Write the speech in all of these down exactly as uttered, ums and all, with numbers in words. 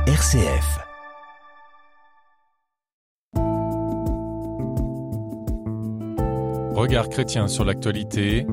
R C F. Regard chrétien sur l'actualité,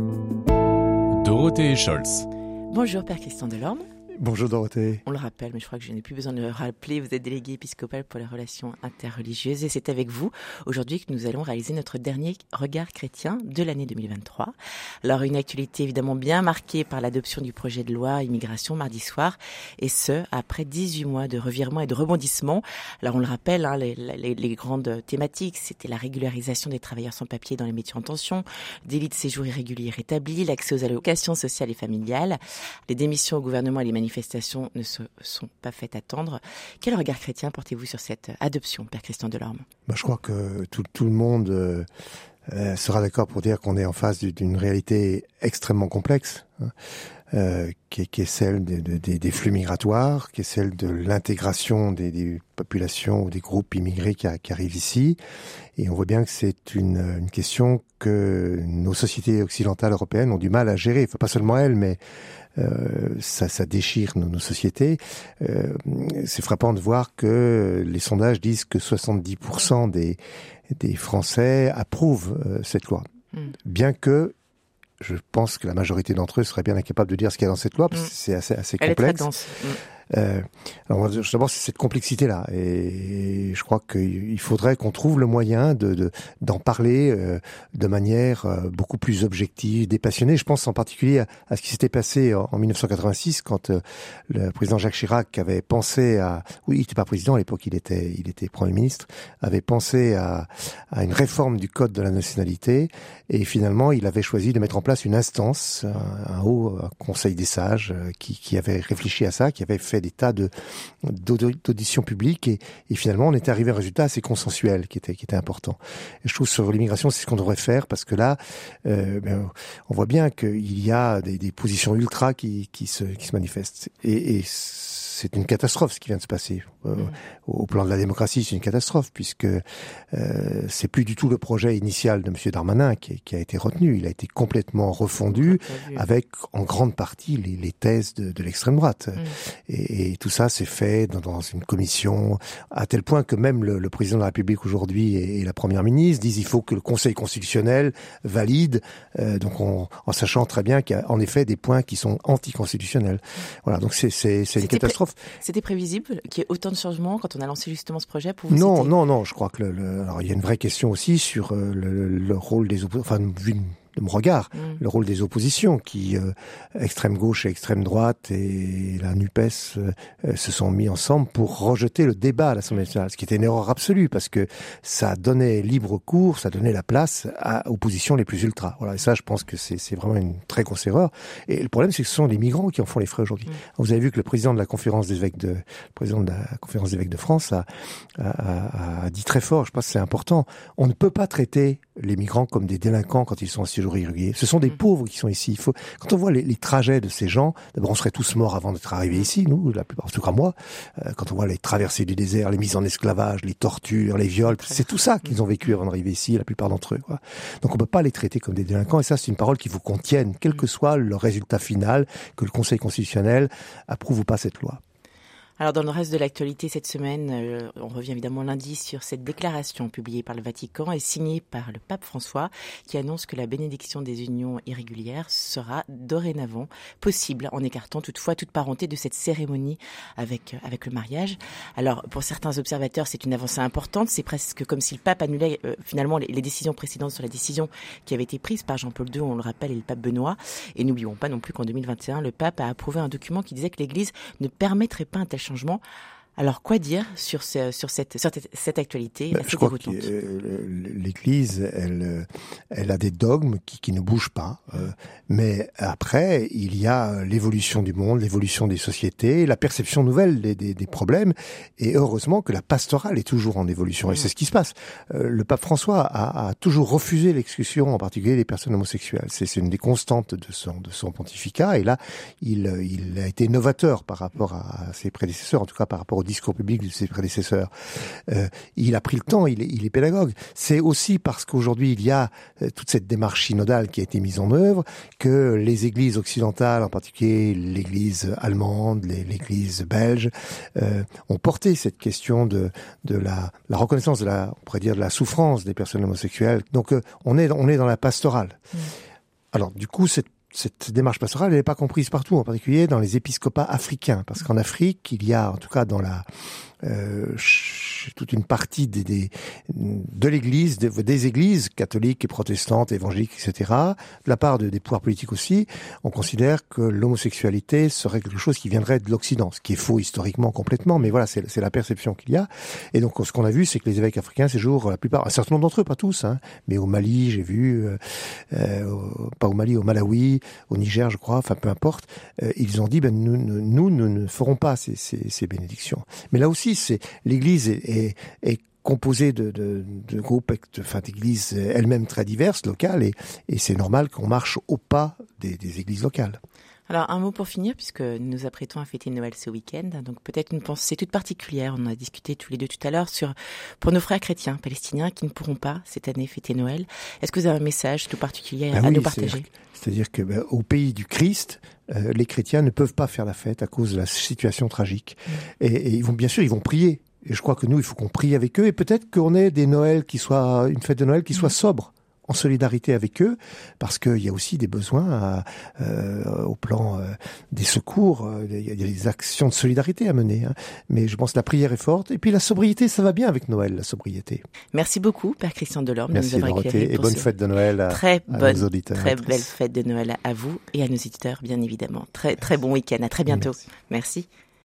Dorothée Scholz. Bonjour Père Christian Delorme. Bonjour Dorothée. On le rappelle, mais je crois que je n'ai plus besoin de le rappeler, vous êtes délégué épiscopal pour les relations interreligieuses et c'est avec vous aujourd'hui que nous allons réaliser notre dernier regard chrétien de l'année deux mille vingt-trois. Alors une actualité évidemment bien marquée par l'adoption du projet de loi immigration mardi soir et ce, après dix-huit mois de revirements et de rebondissements. Alors on le rappelle, hein, les, les, les grandes thématiques, c'était la régularisation des travailleurs sans papier dans les métiers en tension, délit de séjour irrégulier rétabli, l'accès aux allocations sociales et familiales, les démissions au gouvernement et les manifestations manifestations ne se sont pas faites attendre. Quel regard chrétien portez-vous sur cette adoption, Père Christian Delorme ? Bah, je crois que tout, tout le monde euh, euh, sera d'accord pour dire qu'on est en face d'une réalité extrêmement complexe, hein, euh, qui, est, qui est celle de, de, de, des flux migratoires, qui est celle de l'intégration des, des populations ou des groupes immigrés qui, qui arrivent ici. Et on voit bien que c'est une, une question que nos sociétés occidentales européennes ont du mal à gérer. Enfin, pas seulement elles, mais Euh, ça, ça déchire nos, nos sociétés. Euh, c'est frappant de voir que les sondages disent que soixante-dix pour cent des, des Français approuvent euh, cette loi. Mm. Bien que je pense que la majorité d'entre eux seraient bien incapables de dire ce qu'il y a dans cette loi, parce que c'est assez, assez Elle complexe. est très dense. Mm. Euh, alors d'abord c'est cette complexité-là, et je crois qu'il faudrait qu'on trouve le moyen de, de d'en parler euh, de manière euh, beaucoup plus objective, dépassionnée. Je pense en particulier à, à ce qui s'était passé en, en dix-neuf cent quatre-vingt-six quand euh, le président Jacques Chirac avait pensé à, oui, il n'était pas président à l'époque, il était, il était Premier ministre, avait pensé à, à une réforme du code de la nationalité, et finalement il avait choisi de mettre en place une instance, un, un haut un conseil des sages euh, qui, qui avait réfléchi à ça, qui avait fait des tas de d'auditions publiques et, et finalement on était arrivé à un résultat assez consensuel qui était qui était important. Et je trouve sur l'immigration c'est ce qu'on devrait faire parce que là euh, ben, on voit bien qu'il y a des, des positions ultra qui qui se qui se manifestent et, et c'est une catastrophe ce qui vient de se passer. Euh, mmh. Au plan de la démocratie, c'est une catastrophe puisque euh, c'est plus du tout le projet initial de Monsieur Darmanin qui, qui a été retenu. Il a été complètement refondu avec en grande partie les, les thèses de, de l'extrême droite. Mmh. Et, et tout ça s'est fait dans, dans une commission à tel point que même le, le président de la République aujourd'hui et, et la première ministre disent il faut que le Conseil constitutionnel valide. Euh, donc on, en sachant très bien qu'il y a en effet des points qui sont anticonstitutionnels. Voilà, donc c'est c'est, c'est une catastrophe. C'était prévisible qu'il y ait autant de changements quand on a lancé justement ce projet pour vous Non, citer. non, non. Je crois que le, le, alors il y a une vraie question aussi sur euh, le, le rôle des oppositions. Enfin, vu de mon regard, mmh. le rôle des oppositions qui, euh, extrême gauche et extrême droite et la NUPES euh, se sont mis ensemble pour rejeter le débat à l'Assemblée nationale, ce qui était une erreur absolue parce que ça donnait libre cours, ça donnait la place à, aux positions les plus ultras. Voilà, et ça, je pense que c'est, c'est vraiment une très grosse erreur. Et le problème, c'est que ce sont les migrants qui en font les frais aujourd'hui. Mmh. Vous avez vu que le président de la conférence des évêques de, le président de la conférence des évêques de France a, a, a, a dit très fort, je pense que c'est important, on ne peut pas traiter les migrants comme des délinquants quand ils sont en séjour irrégulier. Ce sont des mmh. pauvres qui sont ici. Il faut, quand on voit les, les trajets de ces gens, d'abord on serait tous morts avant d'être arrivés ici, nous, la plupart, en tout cas moi, euh, quand on voit les traversées du désert, les mises en esclavage, les tortures, les viols, c'est tout ça qu'ils ont vécu avant d'arriver ici, la plupart d'entre eux, quoi. Donc on peut pas les traiter comme des délinquants, et ça c'est une parole qu'il faut qu'on tienne, quel que soit le résultat final, que le Conseil constitutionnel approuve ou pas cette loi. Alors dans le reste de l'actualité cette semaine, euh, on revient évidemment lundi sur cette déclaration publiée par le Vatican et signée par le pape François qui annonce que la bénédiction des unions irrégulières sera dorénavant possible en écartant toutefois toute parenté de cette cérémonie avec, avec le mariage. Alors pour certains observateurs c'est une avancée importante, c'est presque comme si le pape annulait euh, finalement les, les décisions précédentes sur la décision qui avait été prise par Jean-Paul deux, on le rappelle, et le pape Benoît. Et n'oublions pas non plus qu'en deux mille vingt et un, le pape a approuvé un document qui disait que l'Église ne permettrait pas un tel changement. Alors, quoi dire sur, ce, sur, cette, sur cette actualité ben, assez je crois déroutante ? que euh, l'Église, elle, elle a des dogmes qui, qui ne bougent pas. Euh, mais après, il y a l'évolution du monde, l'évolution des sociétés, la perception nouvelle des, des, des problèmes. Et heureusement que la pastorale est toujours en évolution. Et c'est ce qui se passe. Euh, le pape François a, a toujours refusé l'exclusion, en particulier des personnes homosexuelles. C'est, c'est une des constantes de son, de son pontificat. Et là, il, il a été novateur par rapport à ses prédécesseurs, en tout cas par rapport aux discours public de ses prédécesseurs. Euh, il a pris le temps, il est, il est pédagogue. C'est aussi parce qu'aujourd'hui il y a euh, toute cette démarche synodale qui a été mise en œuvre que les églises occidentales, en particulier l'église allemande, les, l'église belge, euh, ont porté cette question de, de la, la reconnaissance de la, on pourrait dire, de la souffrance des personnes homosexuelles. Donc euh, on est, on est dans la pastorale. Mmh. Alors du coup, cette Cette démarche pastorale, elle n'est pas comprise partout, en particulier dans les épiscopats africains, parce qu'en Afrique, il y a, en tout cas dans la euh, toute une partie des, des de l'Église, des, des églises catholiques et protestantes, évangéliques, et cetera, de la part de, des pouvoirs politiques aussi, on considère que l'homosexualité serait quelque chose qui viendrait de l'Occident, ce qui est faux historiquement complètement, mais voilà, c'est, c'est la perception qu'il y a. Et donc, ce qu'on a vu, c'est que les évêques africains, ces jours, la plupart, un certain nombre d'entre eux, pas tous, hein, mais au Mali, j'ai vu, euh, euh, pas au Mali, au Malawi, au Niger, je crois, enfin peu importe, euh, ils ont dit, ben nous, nous, nous, nous ne ferons pas ces, ces, ces bénédictions. Mais là aussi, c'est l'Église est, est, est composée de, de, de groupes, de, enfin d'églises elles-mêmes très diverses, locales, et, et c'est normal qu'on marche au pas des, des églises locales. Alors, un mot pour finir, puisque nous nous apprêtons à fêter Noël ce week-end. Donc, peut-être une pensée toute particulière. On en a discuté tous les deux tout à l'heure sur, pour nos frères chrétiens palestiniens qui ne pourront pas cette année fêter Noël. Est-ce que vous avez un message tout particulier ben à oui, nous partager? C'est-à-dire, c'est-à-dire que, ben, au pays du Christ, euh, les chrétiens ne peuvent pas faire la fête à cause de la situation tragique. Mmh. Et, et ils vont, bien sûr, ils vont prier. Et je crois que nous, il faut qu'on prie avec eux. Et peut-être qu'on ait des Noëls qui soient, une fête de Noël qui mmh. soit sobre, en solidarité avec eux, parce qu'il y a aussi des besoins à, euh, au plan euh, des secours, euh, il y a des actions de solidarité à mener. Hein. Mais je pense que la prière est forte. Et puis la sobriété, ça va bien avec Noël, la sobriété. Merci beaucoup, Père Christian Delorme. Merci de nous avoir Dorothée, et bonne fête de Noël à, très à bonne, nos auditeurs. Très belle fête de Noël à vous et à nos auditeurs, bien évidemment. Très, très bon week-end. À très bientôt. Merci. Merci.